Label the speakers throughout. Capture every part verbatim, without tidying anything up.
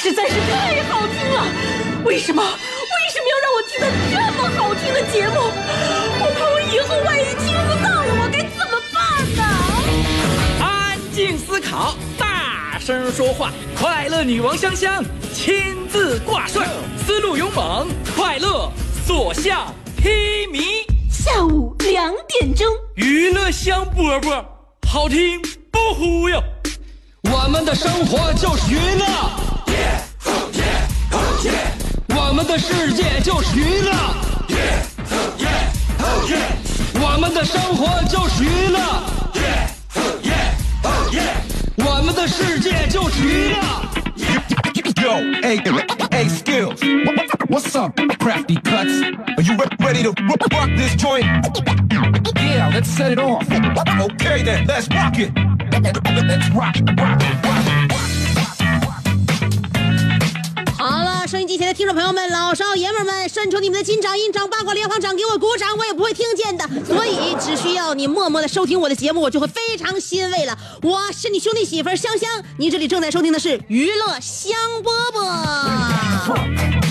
Speaker 1: 实在是太好听了。为什么为什么要让我听到这么好听的节目？我怕我以后万一听不到了，我该怎么办呢？
Speaker 2: 安静思考，大声说话，快乐女王香香亲自挂帅，思路勇猛，快乐所向披靡。
Speaker 1: 下午两点钟，
Speaker 2: 娱乐香饽饽，好听不忽悠。
Speaker 3: 我们的生活就是娱乐， yeah, oh yeah, oh yeah. 我们的世界就是娱乐， yeah, oh yeah, oh yeah. 我们的生活就是娱乐， yeah, oh yeah, oh yeah. 我们的世界就是娱乐。
Speaker 4: Yo, hey, hey, skills. What's up, crafty cuts? Are you ready to rock this joint? Yeah, let's set it off. Okay then, let's rock it. Let's rock, rock, rock.
Speaker 5: 好了，收音机前的听众朋友们，老少爷们们，伸出你们的金掌、银掌、八卦、连环掌，给我鼓掌，我也不会听见的，所以只需要你默默的收听我的节目，我就会非常欣慰了。我是你兄弟媳妇香香，你这里正在收听的是娱乐香饽饽。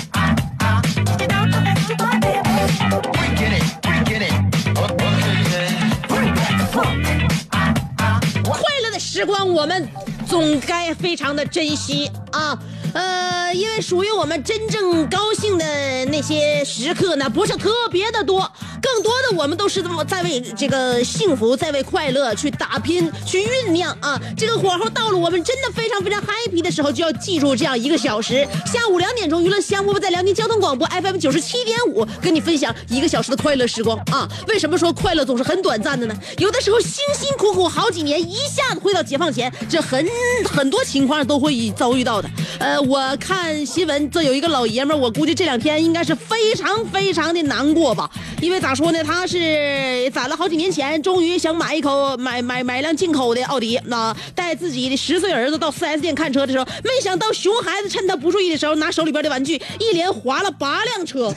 Speaker 5: 快乐的时光，我们总该非常的珍惜啊。呃，因为属于我们真正高兴的那些时刻呢，不是特别的多，更多的我们都是在为这个幸福，在为快乐去打拼，去酝酿啊。这个火候到了，我们真的非常非常 happy 的时候，就要记住这样一个小时，下午两点钟，娱乐香饽饽在辽宁交通广播 F M 九十七点五，跟你分享一个小时的快乐时光啊。为什么说快乐总是很短暂的呢？有的时候辛辛苦苦好几年，一下子回到解放前，这很很多情况都会遭遇到的。呃，我看新闻，这有一个老爷们儿，我估计这两天应该是非常非常的难过吧，因为咋说呢，他是攒了好几年钱，终于想买一口买买买辆进口的奥迪，那带自己的十岁儿子到 四 S 店看车的时候，没想到熊孩子趁他不注意的时候，拿手里边的玩具一连划了八辆车。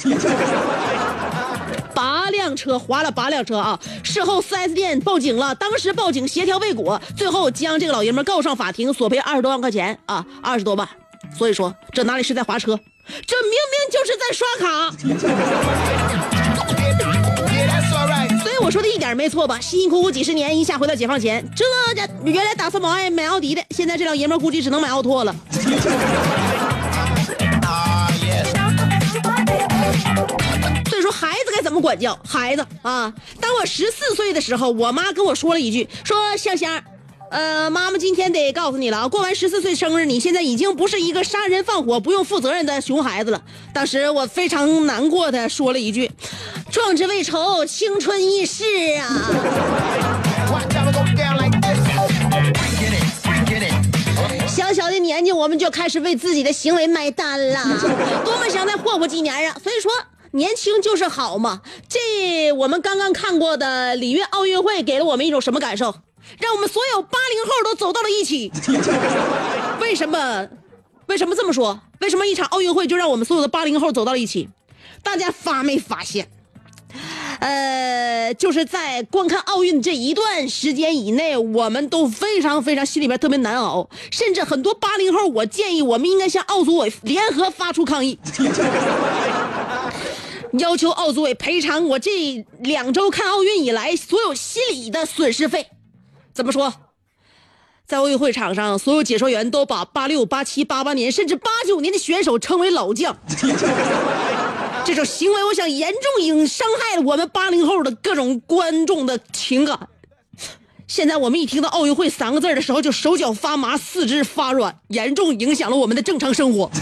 Speaker 5: 八辆车划了八辆车啊！事后 四 S 店报警了，当时报警协调未果，最后将这个老爷们告上法庭，索赔二十多万块钱啊，二十多万。所以说，这哪里是在划车，这明明就是在刷卡。所以我说的一点没错吧？辛辛苦苦几十年，一下回到解放前，这这原来打算买买奥迪的，现在这老爷们估计只能买奥拓了。所以说孩子该怎么管教孩子啊？当我十四岁的时候，我妈跟我说了一句，说香香，呃，妈妈今天得告诉你了啊，过完十四岁生日，你现在已经不是一个杀人放火不用负责任的熊孩子了。当时我非常难过的说了一句，壮志未酬，青春易逝啊。小小的年纪我们就开始为自己的行为买单了，多么想再霍霍几年啊！所以说年轻就是好嘛。这我们刚刚看过的里约奥运会给了我们一种什么感受？让我们所有八零后都走到了一起。为什么为什么这么说？为什么一场奥运会就让我们所有的八零后走到了一起？大家发没发现呃，就是在观看奥运这一段时间以内，我们都非常非常心里边特别难熬，甚至很多八零后，我建议我们应该向奥组委联合发出抗议，要求奥组委赔偿我这两周看奥运以来所有心理的损失费。怎么说？在奥运会场上，所有解说员都把八六、八七、八八年甚至八九年的选手称为老将。这种行为我想严重影伤害了我们八零后的各种观众的情感。现在我们一听到奥运会三个字的时候就手脚发麻，四肢发软，严重影响了我们的正常生活。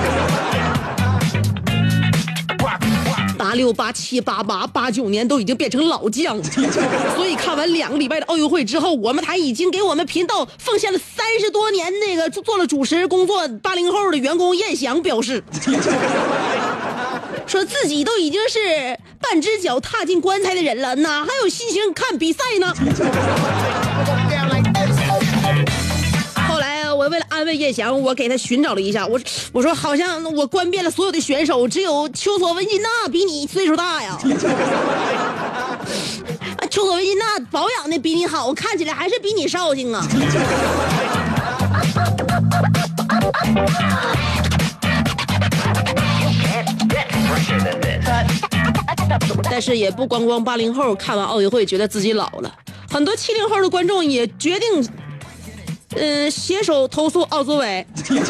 Speaker 5: 八六、八七、八八、八九年都已经变成老将了，所以看完两个礼拜的奥运会之后，我们台已经给我们频道奉献了三十多年那个做了主持工作八零后的员工燕翔表示，说自己都已经是半只脚踏进棺材的人了，哪还有心情看比赛呢？后来我为了安慰叶翔，我给他寻找了一下，我我说好像我观遍了所有的选手，只有丘索维金娜比你岁数大呀。丘索维金娜保养的比你好，看起来还是比你绍兴啊。 但是也不光光八零后看完奥运会觉得自己老了，很多七零后的观众也决定，嗯、呃，携手投诉奥组委。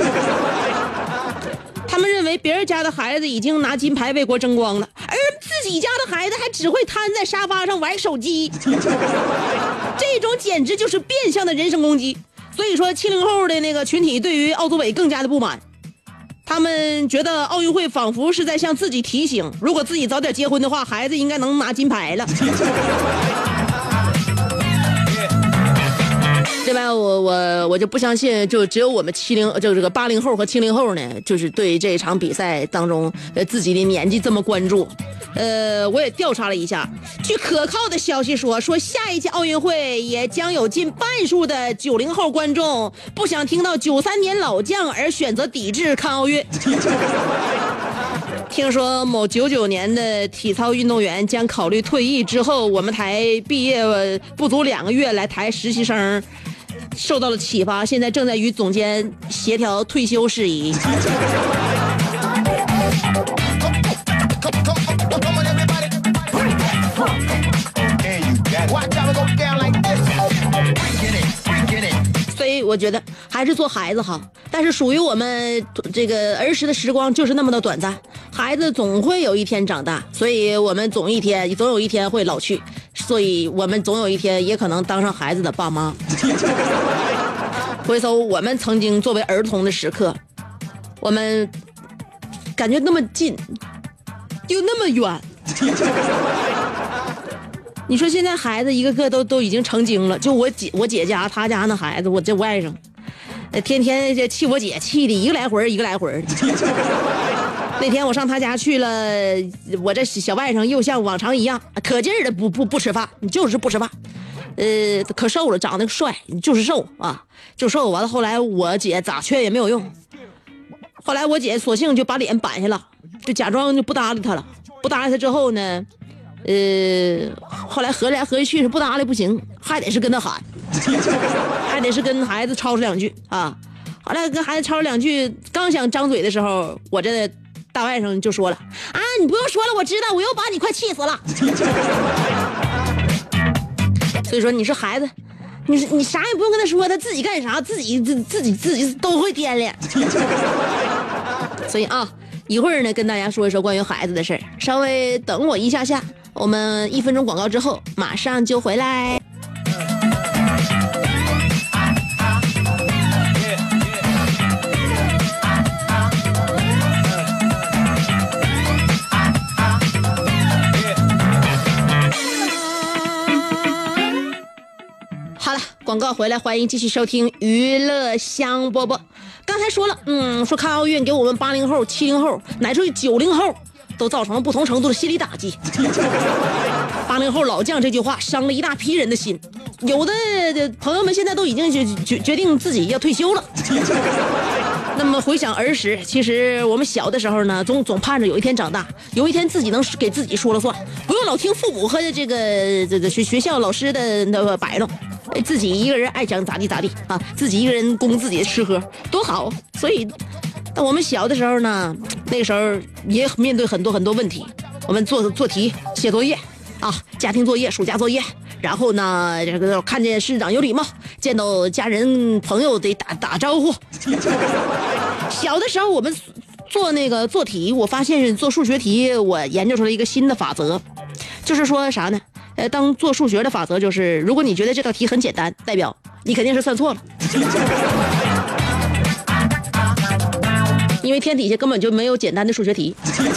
Speaker 5: 他们认为别人家的孩子已经拿金牌为国争光了，而自己家的孩子还只会瘫在沙发上玩手机，这种简直就是变相的人身攻击。所以说七零后的那个群体对于奥组委更加的不满，他们觉得奥运会仿佛是在向自己提醒，如果自己早点结婚的话，孩子应该能拿金牌了。另外我我我就不相信就只有我们七零就这个八零后和七零后呢，就是对这场比赛当中呃自己的年纪这么关注。呃我也调查了一下，据可靠的消息说说下一届奥运会也将有近半数的九零后观众不想听到九三年老将而选择抵制看奥运。听说某九九年的体操运动员将考虑退役，之后我们台毕业不足两个月来台实习生受到了启发，现在正在与总监协调退休事宜。所以我觉得还是做孩子好，但是属于我们这个儿时的时光就是那么的短暂，孩子总会有一天长大，所以我们总一天总有一天会老去，所以我们总有一天也可能当上孩子的爸妈。回首我们曾经作为儿童的时刻，我们感觉那么近又那么远。你说现在孩子一个个都都已经成精了，就我姐我姐家他家那孩子，我这外甥天天这气我姐，气的一个来回一个来回。那天我上他家去了，我这小外甥又像往常一样可劲儿的不不不吃饭，你就是不吃饭，呃可瘦了，长得帅，就是瘦啊，就瘦。完了后来我姐咋劝也没有用，后来我姐索性就把脸板下了，就假装就不搭理他了。不搭理他之后呢，呃后来合来合去是不搭理不行，还得是跟他喊，还得是跟孩子吵吵两句啊。后来跟孩子吵吵两句，刚想张嘴的时候，我这大外甥就说了啊，你不用说了，我知道，我又把你快气死了。所以说你是孩子，你你啥也不用跟他说，他自己干啥自己自自己自己都会掂量。所以啊，一会儿呢跟大家说一说关于孩子的事儿，稍微等我一下下，我们一分钟广告之后马上就回来。广告回来，欢迎继续收听娱乐香饽饽。刚才说了，嗯，说看奥运给我们八零后、七零后，乃至于九零后，都造成了不同程度的心理打击。八零后老将这句话伤了一大批人的心，有的朋友们现在都已经决决决定自己要退休了。那么回想儿时，其实我们小的时候呢，总总盼着有一天长大，有一天自己能给自己说了算，不用老听父母和这个这个学学校老师的那个摆弄。自己一个人爱讲咋地咋地啊，自己一个人供自己的吃喝多好。所以当我们小的时候呢，那个时候也面对很多很多问题，我们做做题写作业啊，家庭作业暑假作业，然后呢这个看见师长有礼貌，见到家人朋友得打打招呼。小的时候我们做那个做题，我发现做数学题我研究出来一个新的法则，就是说啥呢，呃，当做数学的法则就是，如果你觉得这道题很简单，代表你肯定是算错了，因为天底下根本就没有简单的数学题。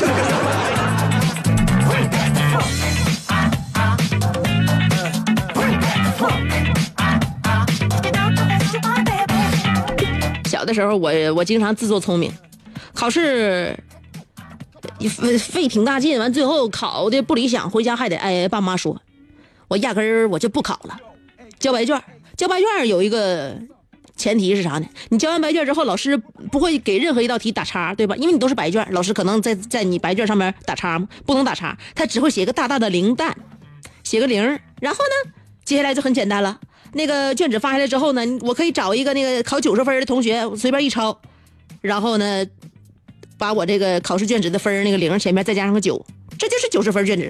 Speaker 5: 小的时候我我经常自作聪明，考试费挺大劲，完最后考的不理想，回家还得挨爸妈说，我压根儿我就不考了。交白卷，交白卷有一个前提是啥呢？你交完白卷之后，老师不会给任何一道题打叉，对吧？因为你都是白卷，老师可能在在你白卷上面打叉吗？不能打叉，他只会写个大大的零蛋，写个零。然后呢，接下来就很简单了。那个卷纸发下来之后呢，我可以找一个那个考九十分的同学随便一抄，然后呢把我这个考试卷纸的分那个零前面再加上个九，这就是九十分卷纸。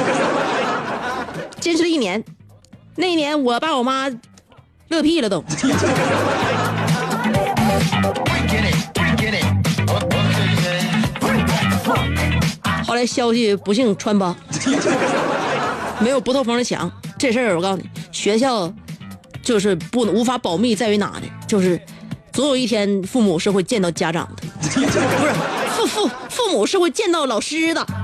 Speaker 5: 坚持了一年，那一年我爸我妈乐屁了都。后来消息不幸传播，没有不透风的墙。这事儿我告诉你，学校就是不无法保密，在于哪呢？就是总有一天父母是会见到家长的，不是父父父母是会见到老师的。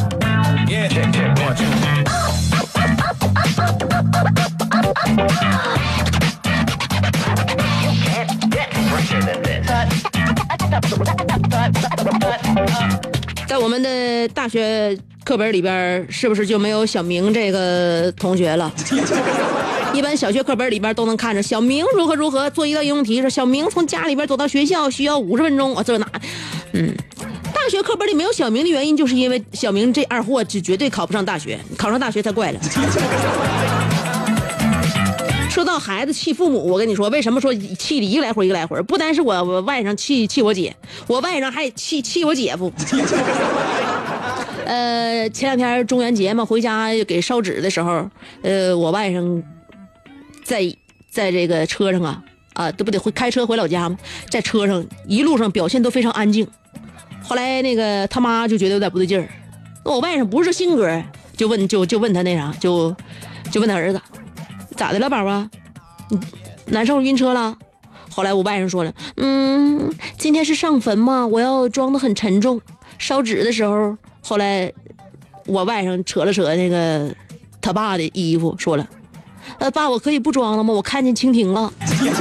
Speaker 5: 在我们的大学课本里边，是不是就没有小明这个同学了？一般小学课本里边都能看着小明如何如何做一道应用题，说小明从家里边走到学校需要五十分钟，我这哪？嗯，大学课本里没有小明的原因，就是因为小明这二货就绝对考不上大学，考上大学才怪了。说到孩子气父母，我跟你说，为什么说气的一个来回一个来回？不单是我我外甥气气我姐，我外甥还气气我姐夫。呃，前两天中元节嘛，回家给烧纸的时候，呃，我外甥在在这个车上啊啊，这不得回开车回老家吗？在车上一路上表现都非常安静。后来那个他妈就觉得有点不对劲儿，我外甥不是性格，就问就就问他那啥，就就问他儿子。咋的了宝宝？难受晕车了？后来我外甥说了，嗯，今天是上坟嘛，我要装得很沉重。烧纸的时候，后来我外甥扯了扯那个他爸的衣服，说了，呃，爸，我可以不装了吗？我看见蜻蜓了。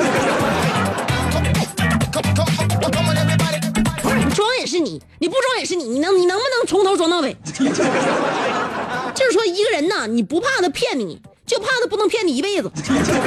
Speaker 5: 装也是你，你不装也是你，你能你能不能从头装到尾？就是说一个人呐，你不怕他骗你，就怕他不能骗你一辈子。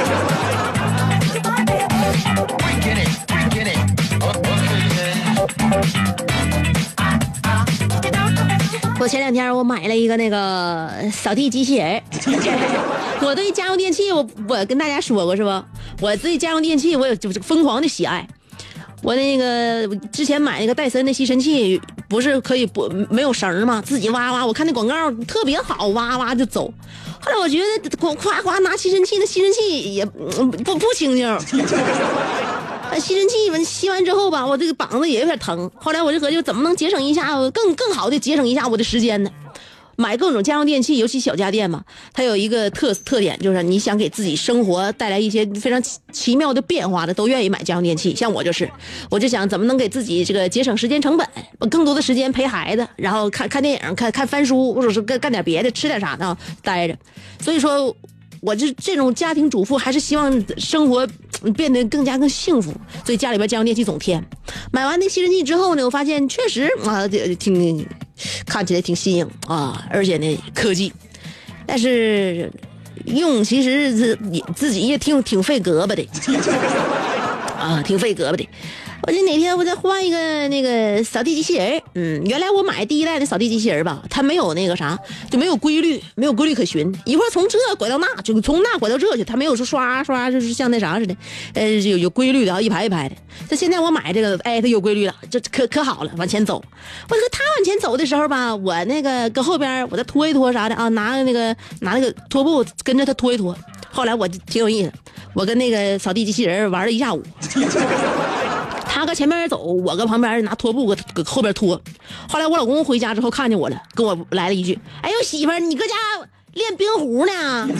Speaker 5: 我前两天我买了一个那个扫地机器人。我对家用电器我我跟大家说过是吧？我对家用电器我有就是疯狂的喜爱。我那个之前买那个戴森的吸尘器，不是可以不没有绳吗？自己挖挖，我看那广告特别好，挖挖就走。后来我觉得夸夸拿吸尘器，那吸尘器也不不轻轻。吸尘器吸完之后吧，我这个膀子也有点疼。后来我就合计怎么能节省一下，更更好的节省一下我的时间呢？买各种家用电器，尤其小家电嘛，它有一个特特点，就是你想给自己生活带来一些非常奇妙的变化的，都愿意买家用电器。像我就是，我就想怎么能给自己这个节省时间成本，更多的时间陪孩子，然后看看电影、看看翻书，或者是干干点别的，吃点啥呢，待着。所以说，我这这种家庭主妇还是希望生活变得更加更幸福，所以家里边家用电器总添。买完那吸尘器之后呢，我发现确实啊，挺看起来挺新颖啊，而且呢科技，但是用其实自自己也挺挺费胳膊的啊，挺费胳膊的。我这哪天我再换一个那个扫地机器人，嗯，原来我买第一代的扫地机器人吧，它没有那个啥，就没有规律，没有规律可循，一会儿从这拐到那，就从那拐到这去，它没有说刷刷，就是像那啥似的，呃，有有规律的啊，一排一排的。这现在我买这个，哎，它有规律了，这可可好了，往前走。我这个它往前走的时候吧，我那个搁后边我再拖一拖啥的啊，拿那个拿那个拖布跟着它拖一拖。后来我挺有意思，我跟那个扫地机器人玩了一下午。他搁前面走，我搁旁边拿拖布搁搁后边拖。后来我老公回家之后看见我了，跟我来了一句：“哎呦媳妇儿，你搁家练冰壶呢？”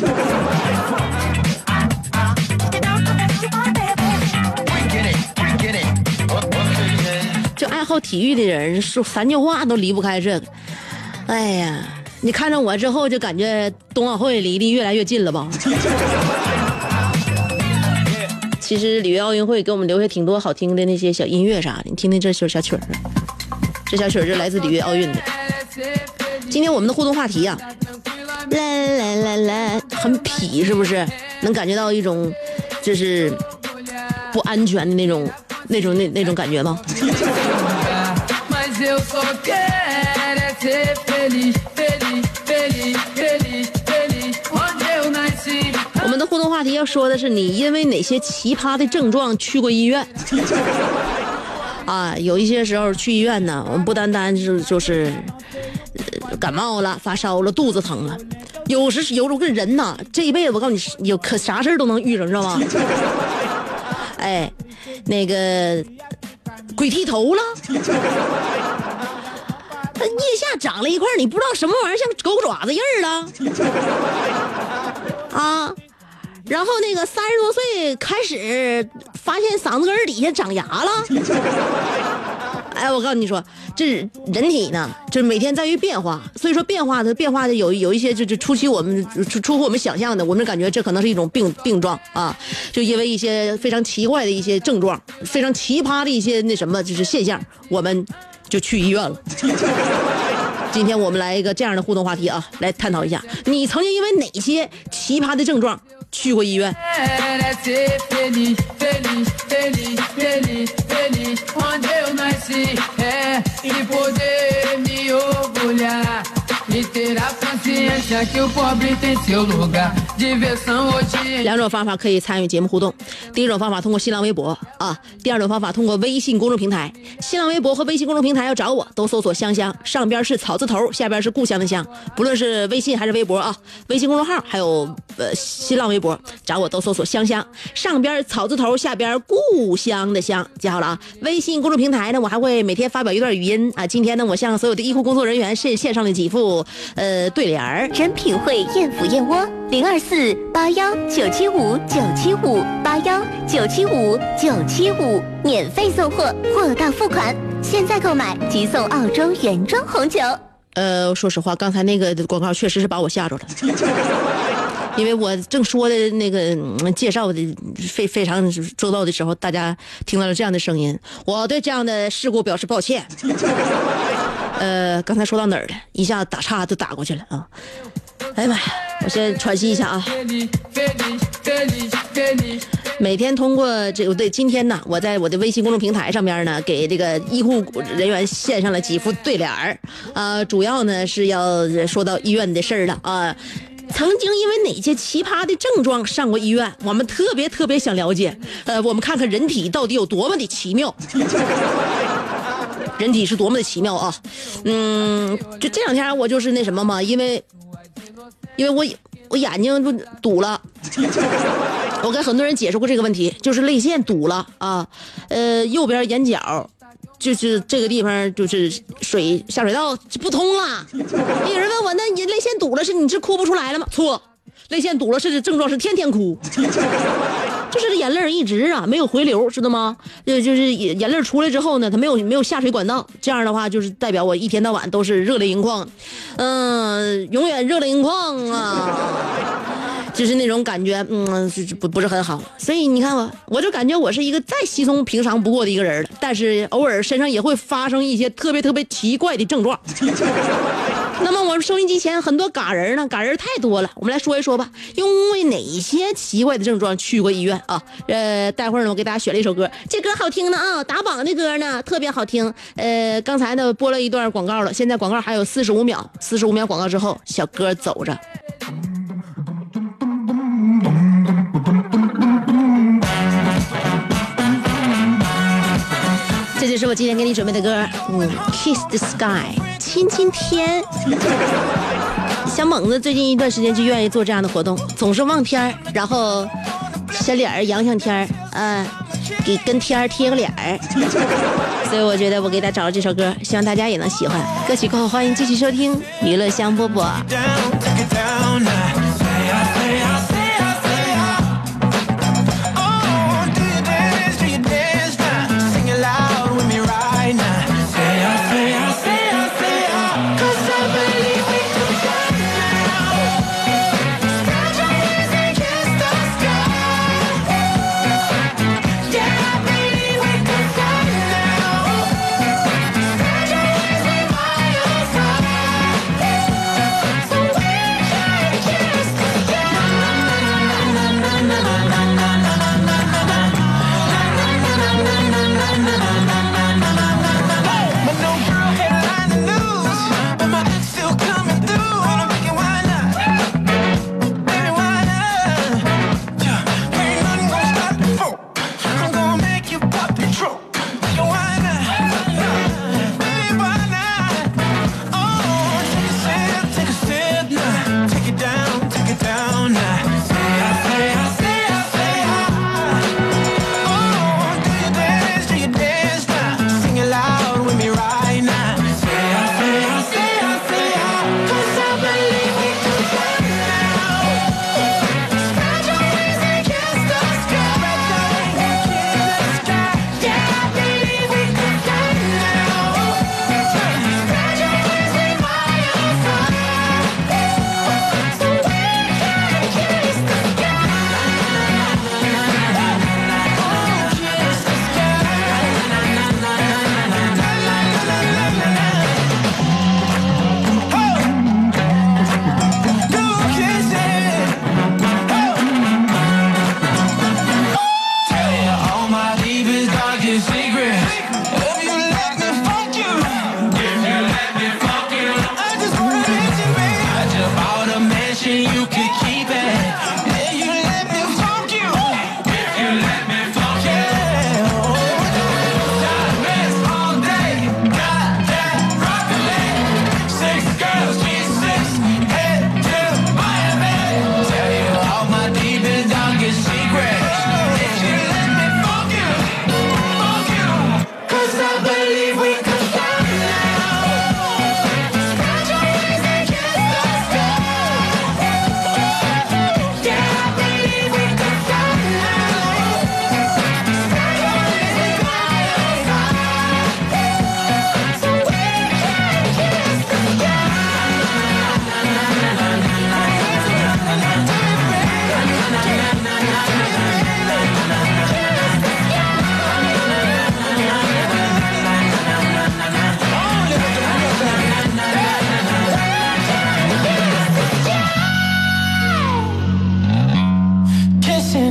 Speaker 5: 就爱好体育的人说三句话都离不开这个。哎呀，你看着我之后就感觉冬奥会离得越来越近了吧？其实里约奥运会给我们留下挺多好听的那些小音乐啥的，你听听这首小曲儿，这小曲儿是来自里约奥运的。今天我们的互动话题啊，来来来来，很痞是不是？能感觉到一种就是不安全的那种那种那那种感觉吗？我们的互动话题要说的是你因为哪些奇葩的症状去过医院啊，有一些时候去医院呢，我们不单单是就是、呃、感冒了、发烧了、肚子疼了，有时有种个人呐，这一辈子我告诉你，有可啥事都能遇上，知道吗？哎，那个鬼剃头了，他腋下长了一块你不知道什么玩意儿，像狗爪子印儿了啊。然后那个三十多岁开始发现嗓子根底下长牙了，哎，我告诉你说，这人体呢，就是每天在于变化，所以说变化的变化的有有一些就就出其我们出出乎我们想象的，我们感觉这可能是一种病病状啊，就因为一些非常奇怪的一些症状，非常奇葩的一些那什么就是现象，我们就去医院了。今天我们来一个这样的互动话题啊，来探讨一下，你曾经因为哪些奇葩的症状去过医院？两种方法可以参与节目互动，第一种方法通过新浪微博啊，第二种方法通过微信公众平台。新浪微博和微信公众平台要找我，都搜索香香，上边是草字头，下边是故乡的乡，不论是微信还是微博啊，微信公众号还有呃新浪微博，找我都搜索香香，上边草字头，下边故乡的乡，记好了啊。微信公众平台呢，我还会每天发表一段语音啊。今天呢，我向所有的医护工作人员献献上了几副呃对联儿。
Speaker 6: 人品会燕府燕窝零二四八幺九七五九七五八幺九七五九七五，免费送货，货到付款，现在购买即送澳洲原装红酒。
Speaker 5: 呃，说实话，刚才那个广告确实是把我吓着了。因为我正说的那个、嗯、介绍的非非常周到的时候，大家听到了这样的声音，我对这样的事故表示抱歉。呃，刚才说到哪儿了？一下打岔就打过去了啊！哎呀妈呀，我先喘息一下啊。每天通过这个对，今天呢，我在我的微信公众平台上面呢，给这个医护人员献上了几副对联儿，啊，主要呢是要说到医院的事儿了啊。曾经因为哪些奇葩的症状上过医院，我们特别特别想了解。呃，我们看看人体到底有多么的奇妙，人体是多么的奇妙啊！嗯，就这两天我就是那什么嘛，因为因为我我眼睛就堵了。我跟很多人解释过这个问题，就是泪腺堵了啊，呃，右边眼角。就是这个地方就是水下水道不通了。有人问我，那你泪腺堵了是你是哭不出来了吗？错，泪腺堵了是症状是天天哭，就是眼泪一直啊没有回流，知道吗？就就是眼泪出来之后呢，它没有没有下水管道，这样的话就是代表我一天到晚都是热泪盈眶，嗯、呃，永远热泪盈眶啊。就是那种感觉，嗯，不不是很好，所以你看我，我就感觉我是一个再稀松平常不过的一个人了，但是偶尔身上也会发生一些特别特别奇怪的症状。那么我们收音机前很多嘎人呢，嘎人太多了，我们来说一说吧，因为哪些奇怪的症状去过医院啊？呃，待会儿呢，我给大家选了一首歌，这歌好听呢啊，打榜的歌呢特别好听。呃，刚才呢播了一段广告了，现在广告还有四十五秒，四十五秒广告之后，小哥走着。这就是我今天给你准备的歌，嗯 ，Kiss the Sky， 亲亲天。小猛子最近一段时间就愿意做这样的活动，总是望天儿，然后小脸儿扬向天儿，啊，给跟天儿贴个脸儿。所以我觉得我给大家找了这首歌，希望大家也能喜欢。歌曲过后，欢迎继续收听娱乐香饽饽。
Speaker 7: Yeah.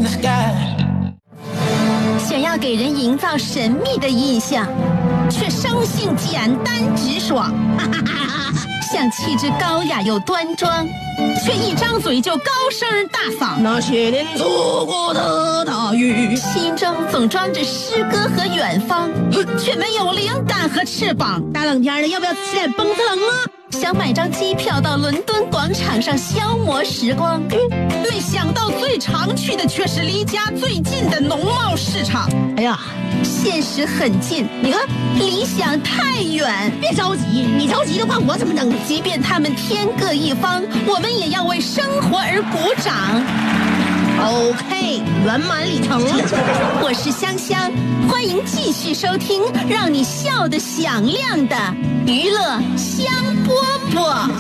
Speaker 7: the sky。
Speaker 6: 想要给人营造神秘的印象，却生性简单直爽；想气质高雅又端庄，却一张嘴就高声大嗓。
Speaker 5: 那些年错过的大雨，
Speaker 6: 心中总装着诗歌和远方，却没有灵感和翅膀。
Speaker 5: 大冷天的，要不要吃点蹦子冷啊？
Speaker 6: 想买张机票到伦敦广场上消磨时光，没想到最常去的却是离家最近的农贸市场。
Speaker 5: 哎呀，
Speaker 6: 现实很近，你看理想太远。
Speaker 5: 别着急，你着急的话，我怎么整？
Speaker 6: 即便他们天各一方，我们也要为生活而鼓掌。
Speaker 5: OK， 圆满里程了。
Speaker 6: 我是香香，欢迎继续收听让你笑得响亮的娱乐香饽饽。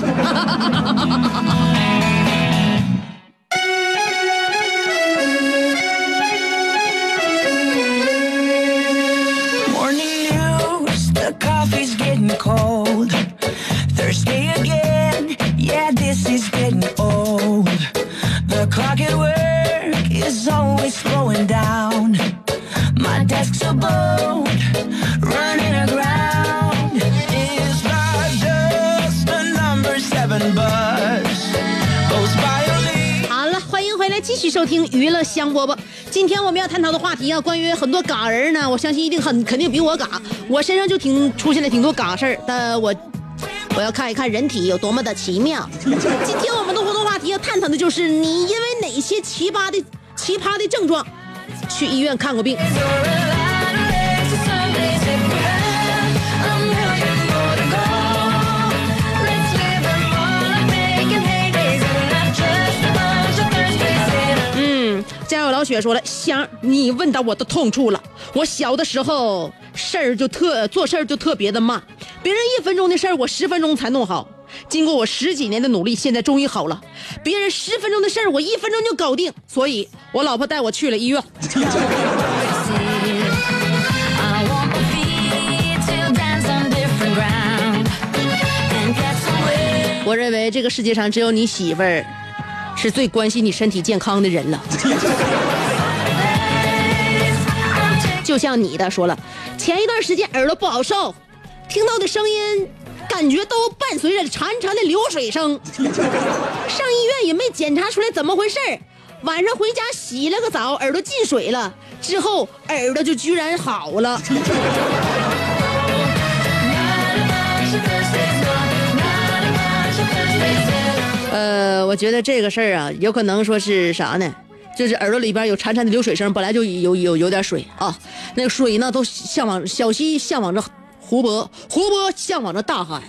Speaker 7: Morning news, the coffee's getting cold. Thursday again, yeah, this is getting old. The clock at work is always slowing down. My desk's so bold, running aground. Is not just a number seven buzz. Those violins.
Speaker 5: 好了，欢迎回来，继续收听娱乐香饽饽。今天我们要探讨的话题啊，关于很多嘎人呢，我相信一定很肯定比我嘎，我身上就挺出现了挺多嘎事儿，但我我要看一看人体有多么的奇妙。今天我们的活动话题要探讨的就是你因为哪些奇葩的奇葩的症状去医院看过病。家有老雪说了，香，你问到我的痛处了。我小的时候事儿就特做事儿就特别的慢，别人一分钟的事儿我十分钟才弄好。经过我十几年的努力，现在终于好了。别人十分钟的事儿我一分钟就搞定，所以我老婆带我去了医院。我认为这个世界上只有你媳妇儿是最关心你身体健康的人了。就像你的说了，前一段时间耳朵不好受，听到的声音感觉都伴随着潺潺的流水声。上医院也没检查出来怎么回事，晚上回家洗了个澡，耳朵进水了，之后耳朵就居然好了。呃，我觉得这个事儿啊，有可能说是啥呢？就是耳朵里边有潺潺的流水声，本来就有有有点水啊，那个水呢都向往小溪向往着湖泊，湖泊向往着大海。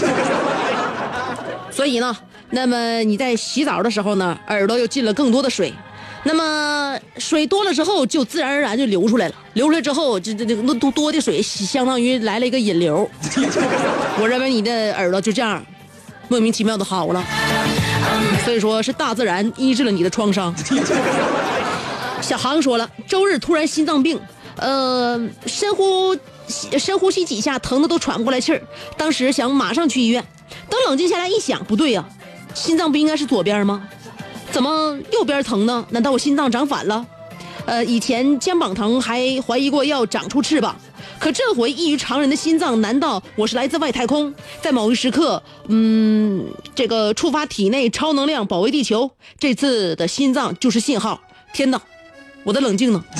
Speaker 5: 所以呢，那么你在洗澡的时候呢，耳朵又进了更多的水，那么水多了之后，就自然而然就流出来了。流出来之后，这这这那多多的水，相当于来了一个引流。我认为你的耳朵就这样莫名其妙的好了。所以说是大自然医治了你的创伤。小航说了，周日突然心脏病，呃，深呼深呼吸几下，疼的都喘不过来气儿。当时想马上去医院，等冷静下来一想，不对呀、啊，心脏不应该是左边吗？怎么右边疼呢？难道我心脏长反了？呃，以前肩膀疼还怀疑过要长出翅膀，可这回异于常人的心脏，难道我是来自外太空，在某一时刻，嗯，这个触发体内超能量保卫地球？这次的心脏就是信号。天哪，我的冷静呢？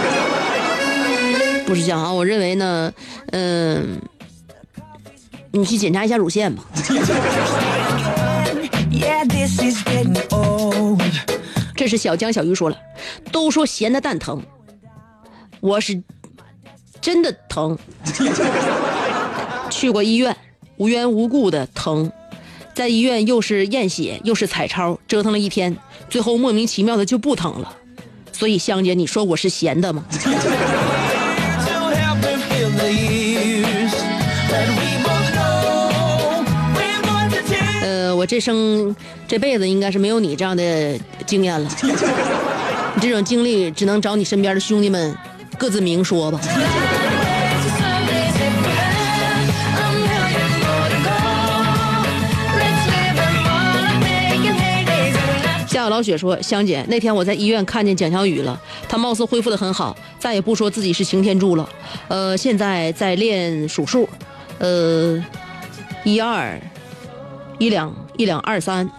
Speaker 5: 不是这样啊，我认为呢，嗯、呃，你去检查一下乳腺吧。这是小江小鱼说了，都说咸的蛋疼，我是真的疼。去过医院，无缘无故的疼，在医院又是验血又是彩超，折腾了一天，最后莫名其妙的就不疼了。所以香姐，你说我是咸的吗？呃，我这生这辈子应该是没有你这样的经验了。你这种经历只能找你身边的兄弟们各自明说吧。 大老雪说，香姐，那天我在医院看见蒋小雨了，她貌似恢复得很好，再也不说自己是擎天柱了，呃现在在练数数，呃一二一两一两二三。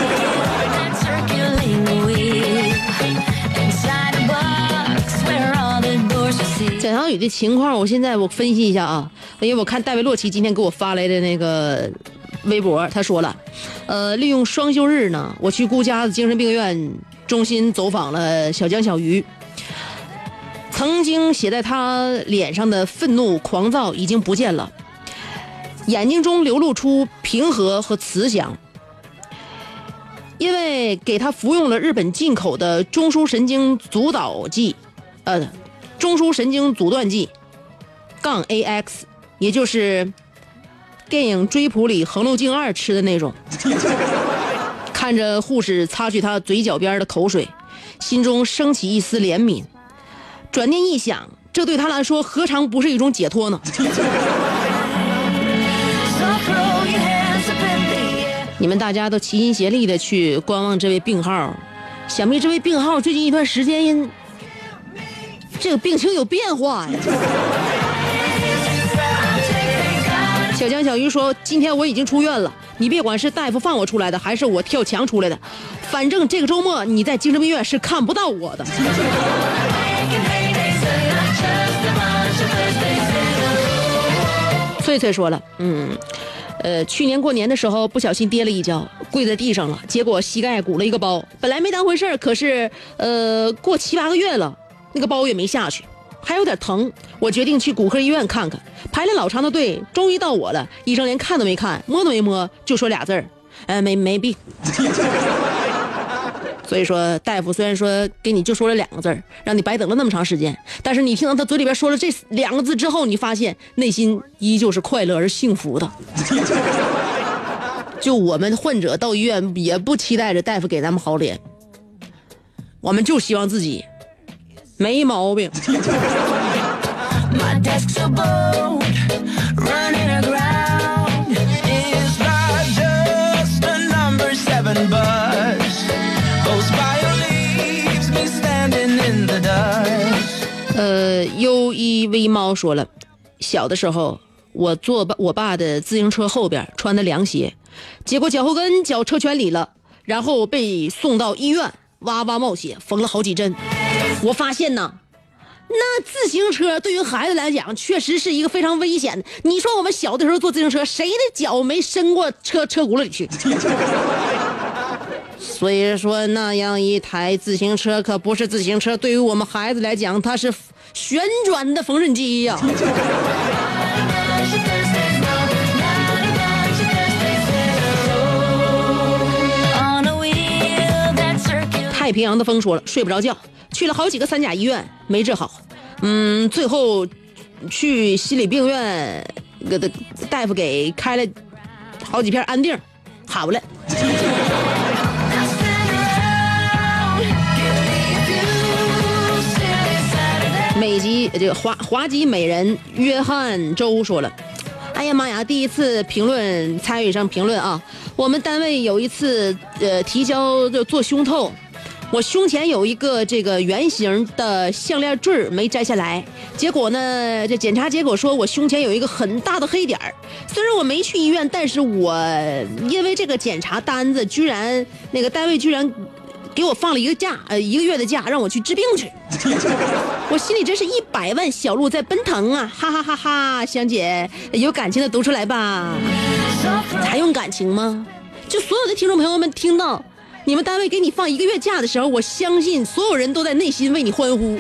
Speaker 5: 蒋小雨的情况，我现在我分析一下啊，因为我看戴维洛奇今天给我发来的那个微博，他说了，呃，利用双休日呢，我去顾家的精神病院中心走访了小江小鱼。曾经写在他脸上的愤怒狂躁已经不见了，眼睛中流露出平和和慈祥。因为给他服用了日本进口的中枢神经阻导剂，呃，中枢神经阻断剂，杠 A X， 也就是电影《追捕》里横路径二吃的那种。看着护士擦去他嘴角边的口水，心中升起一丝怜悯。转念一想，这对他来说何尝不是一种解脱呢？你们大家都齐心协力的去观望这位病号，想必这位病号最近一段时间因这个病情有变化呀。小江小鱼说，今天我已经出院了，你别管是大夫放我出来的还是我跳墙出来的，反正这个周末你在精神病院是看不到我的。翠翠说了，嗯呃，去年过年的时候不小心跌了一跤，跪在地上了，结果膝盖鼓了一个包，本来没当回事，可是呃过七八个月了，那个包也没下去，还有点疼，我决定去骨科医院看看，排了老长的队，终于到我了，医生连看都没看，摸都没摸，就说俩字儿，呃没没病。所以说大夫虽然说给你就说了两个字儿，让你白等了那么长时间，但是你听到他嘴里边说了这两个字之后，你发现内心依旧是快乐而幸福的。就我们患者到医院也不期待着大夫给咱们好脸，我们就希望自己没毛病。My desk's so bold, running around is not just a number seven bus.Those bio leaves me standing in the dust. 呃，优一微猫说了，小的时候我坐我爸的自行车后边，穿的凉鞋，结果脚后跟脚车圈里了，然后被送到医院，哇哇冒血，缝了好几针。我发现呢，那自行车对于孩子来讲确实是一个非常危险的。你说我们小的时候坐自行车，谁的脚没伸过车车轱辘里去？所以说那样一台自行车可不是自行车，对于我们孩子来讲，它是旋转的缝纫机呀、太平洋的风说了，睡不着觉，去了好几个三甲医院没治好，嗯，最后去心理病院给的大夫给开了好几片安定，好了。美籍这个华华籍美人约翰周说了，哎呀妈呀，第一次评论参与上评论啊，我们单位有一次呃提交就做胸透，我胸前有一个这个圆形的项链坠没摘下来，结果呢这检查结果说我胸前有一个很大的黑点儿，虽然我没去医院，但是我因为这个检查单子居然那个单位居然给我放了一个假，呃，一个月的假，让我去治病去。我心里真是一百万小鹿在奔腾啊！哈哈哈哈！香姐，有感情的读出来吧。还用感情吗？就所有的听众朋友们听到你们单位给你放一个月假的时候，我相信所有人都在内心为你欢呼。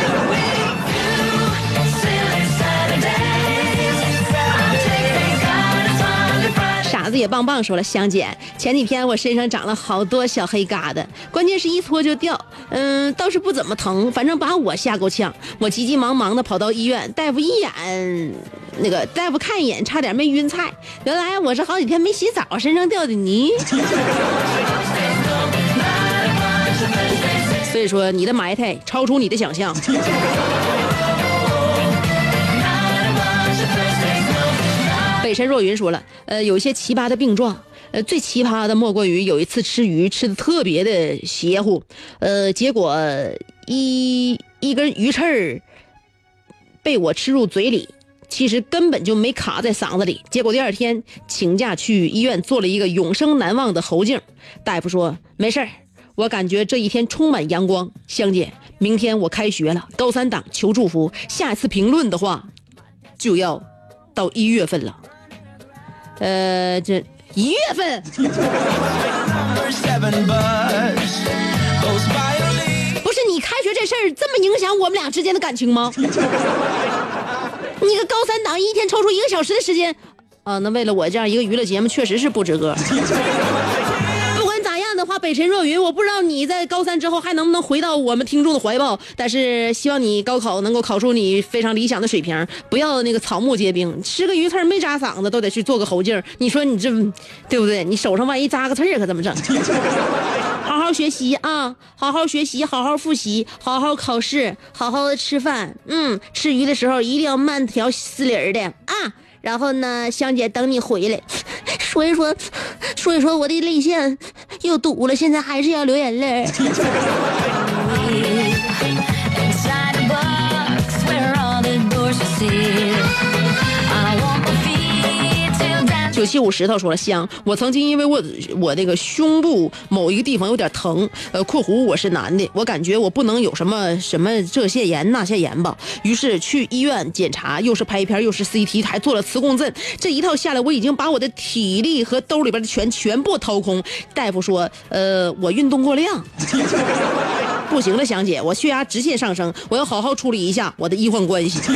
Speaker 5: 傻子也棒棒说了，香姐，前几天我身上长了好多小黑疙瘩，关键是一搓就掉，嗯，倒是不怎么疼，反正把我吓够呛。我急急忙忙的跑到医院，大夫一眼，那个大夫看一眼，差点没晕菜。原来我是好几天没洗澡，身上掉的泥。所以说，你的埋汰超出你的想象。北山若云说了，呃，有一些奇葩的病状， 呃，最奇葩的莫过于有一次吃鱼吃的特别的邪乎，呃，结果一一根鱼刺儿被我吃入嘴里，其实根本就没卡在嗓子里。结果第二天请假去医院做了一个永生难忘的喉镜，大夫说没事儿，我感觉这一天充满阳光。香姐，明天我开学了，高三党求祝福。下一次评论的话，就要到一月份了。呃，这一月份。不是你开学这事儿这么影响我们俩之间的感情吗？你个高三党一天抽出一个小时的时间啊，那为了我这样一个娱乐节目确实是不值得。不管咋样的话，北辰若云，我不知道你在高三之后还能不能回到我们听众的怀抱，但是希望你高考能够考出你非常理想的水平，不要那个草木皆兵，吃个鱼刺没扎嗓子都得去做个喉镜，你说你这对不对？你手上万一扎个刺可怎么整？好好学习啊，好好学习，好好复习，好好考试，好好的吃饭。嗯，吃鱼的时候一定要慢条斯理的啊。然后呢，香姐等你回来，所以说，所以说我的泪腺又堵了，现在还是要流眼泪。九七五石头说了，香，我曾经因为我我那个胸部某一个地方有点疼，呃，括弧我是男的，我感觉我不能有什么什么这些炎那些炎吧，于是去医院检查，又是拍片又是 C T， 还做了磁共振，这一套下来，我已经把我的体力和兜里边的钱全部掏空。大夫说，呃，我运动过量。不行了，香姐，我血压直线上升，我要好好处理一下我的医患关系。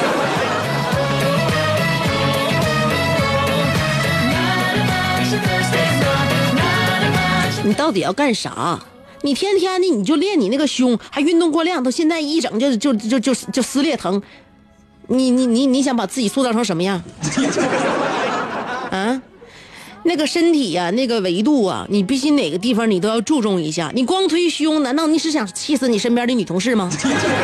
Speaker 5: 你到底要干啥？你天天的你就练你那个胸，还运动过量，到现在一整就就就就就撕裂疼。你你你你想把自己塑造成什么样？啊，那个身体呀、啊，那个维度啊，你必须哪个地方你都要注重一下。你光推胸，难道你是想气死你身边的女同事吗？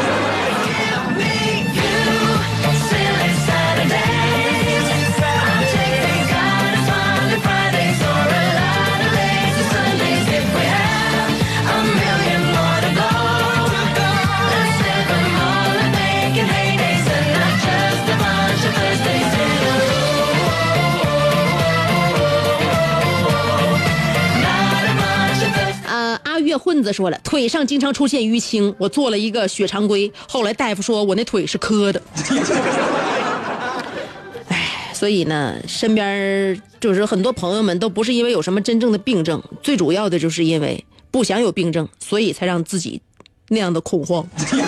Speaker 5: 月混子说了，腿上经常出现淤青，我做了一个血常规，后来大夫说我那腿是磕的。哎，所以呢，身边就是很多朋友们都不是因为有什么真正的病症，最主要的就是因为不想有病症，所以才让自己那样的恐慌。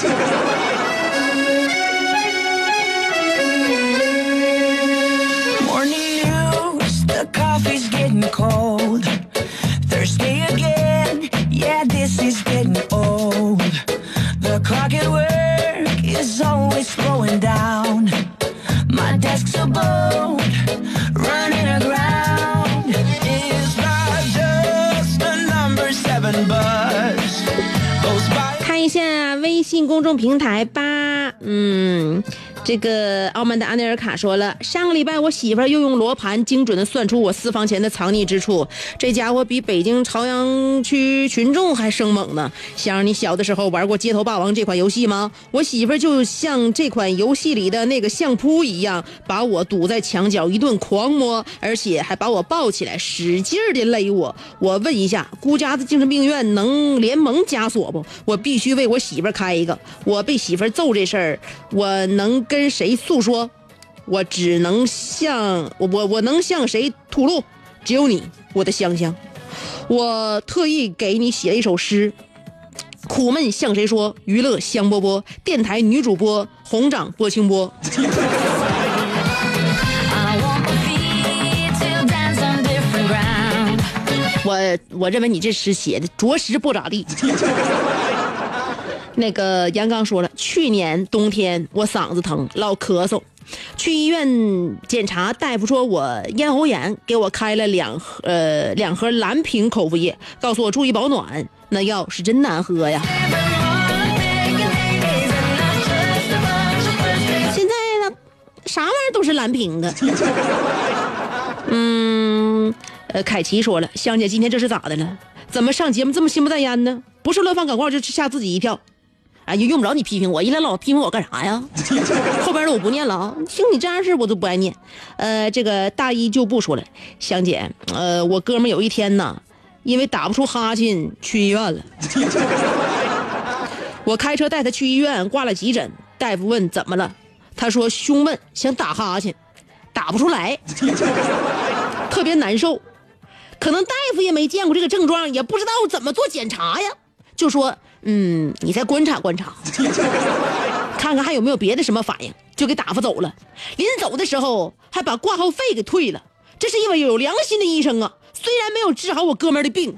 Speaker 7: Morning news, the coffee's getting cold. Thursday again, yeah, this is getting old. The clock at work is always slowing down. My desk's so bold, running aground. It's not just a number seven buzz goes by.
Speaker 5: 看一下微信公众平台吧，嗯。这个澳门的安内尔卡说了，上个礼拜我媳妇儿又用罗盘精准的算出我私房钱的藏匿之处，这家伙比北京朝阳区群众还生猛呢。想你小的时候玩过街头霸王这款游戏吗？我媳妇儿就像这款游戏里的那个相扑一样，把我堵在墙角一顿狂摸，而且还把我抱起来使劲的勒我。我问一下，孤家的精神病院能联盟枷锁不？我必须为我媳妇儿开一个。我被媳妇儿揍这事儿，我能跟谁诉说？我只能向我我我能向谁吐露？只有你，我的香香。我特意给你写了一首诗，苦闷向谁说？娱乐香饽饽，电台女主播红掌拨清波。我我认为你这诗写的着实不咋地。那个杨刚说了，去年冬天我嗓子疼，老咳嗽，去医院检查，大夫说我咽喉炎，给我开了两呃两盒蓝瓶口服液，告诉我注意保暖。那药是真难喝呀。现在呢，啥玩意儿都是蓝瓶的。嗯。 呃，凯奇说了，香姐今天这是咋的了？怎么上节目这么心不在焉呢？不是乱放广告就吓自己一跳。哎，也用不着你批评我，一来老批评我干啥呀？后边的我不念了啊，听你这样式我都不爱念。呃，这个大一就不说了，香姐，呃，我哥们有一天呢，因为打不出哈欠去医院了。我开车带他去医院挂了急诊，大夫问怎么了，他说胸闷，想打哈欠，打不出来，特别难受。可能大夫也没见过这个症状，也不知道怎么做检查呀，就说嗯，你再观察观察，看看还有没有别的什么反应，就给打发走了。临走的时候还把挂号费给退了，这是一位有良心的医生啊，虽然没有治好我哥们儿的病。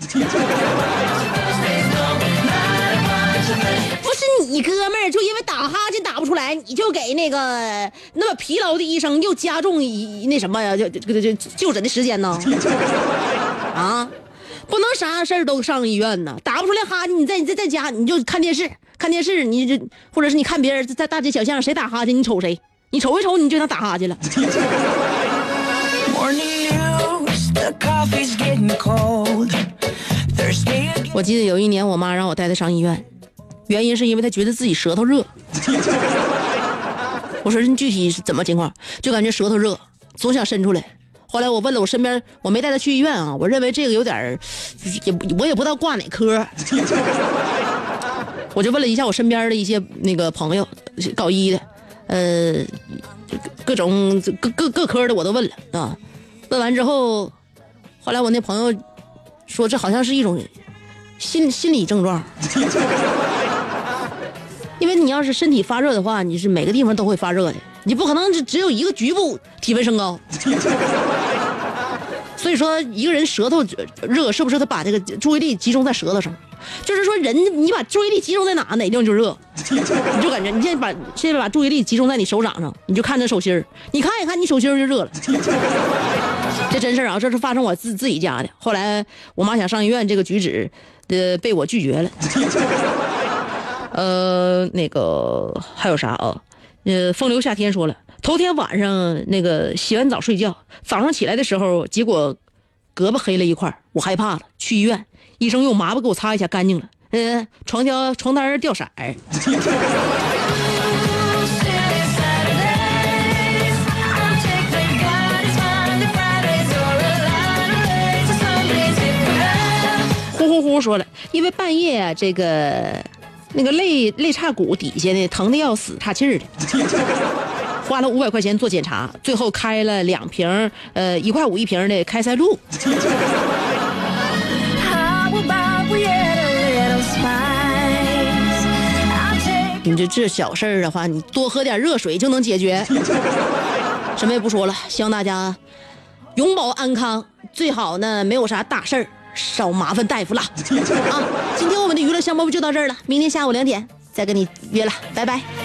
Speaker 5: 不是你哥们儿就因为打哈欠打不出来，你就给那个那么疲劳的医生又加重一那什么呀，就就就就诊的时间呢？啊，不能啥事儿都上医院呢，打不出来哈欠，你在你在在家你就看电视，看电视你就或者是你看别人在大街小巷谁打哈欠，你瞅谁，你瞅一瞅你就想打哈欠了。我记得有一年我妈让我带她上医院，原因是因为她觉得自己舌头热。我说你具体是怎么情况？就感觉舌头热，总想伸出来。后来我问了我身边，我没带她去医院啊，我认为这个有点也我也不知道挂哪科。我就问了一下我身边的一些那个朋友，搞医的，呃，各种各各各科的我都问了啊。问完之后，后来我那朋友说这好像是一种心心理症状。因为你要是身体发热的话，你是每个地方都会发热的，你不可能只只有一个局部体温升高。所以说一个人舌头热，是不是他把这个注意力集中在舌头上？就是说人你把注意力集中在哪哪地方就热。你就感觉你现在把现在把注意力集中在你手掌上，你就看着手心儿，你看一看你手心儿就热了。这真事儿啊，这是发生我自自己家的。后来我妈想上医院，这个举止的被我拒绝了。呃，那个还有啥啊？呃，风流夏天说了，头天晚上那个洗完澡睡觉，早上起来的时候，结果胳膊黑了一块，我害怕了，去医院，医生用抹布给我擦一下，干净了。呃，床条床单掉色儿。呼呼呼说了，因为半夜啊，这个那个肋肋叉骨底下呢疼的要死，岔气儿的，花了五百块钱做检查，最后开了两瓶，呃，一块五一瓶的开塞露。你这这小事儿的话，你多喝点热水就能解决。什么也不说了，希望大家永保安康，最好呢没有啥大事儿。少麻烦大夫了啊！今天我们的娱乐香饽饽就到这儿了，明天下午两点再跟你约了，拜拜。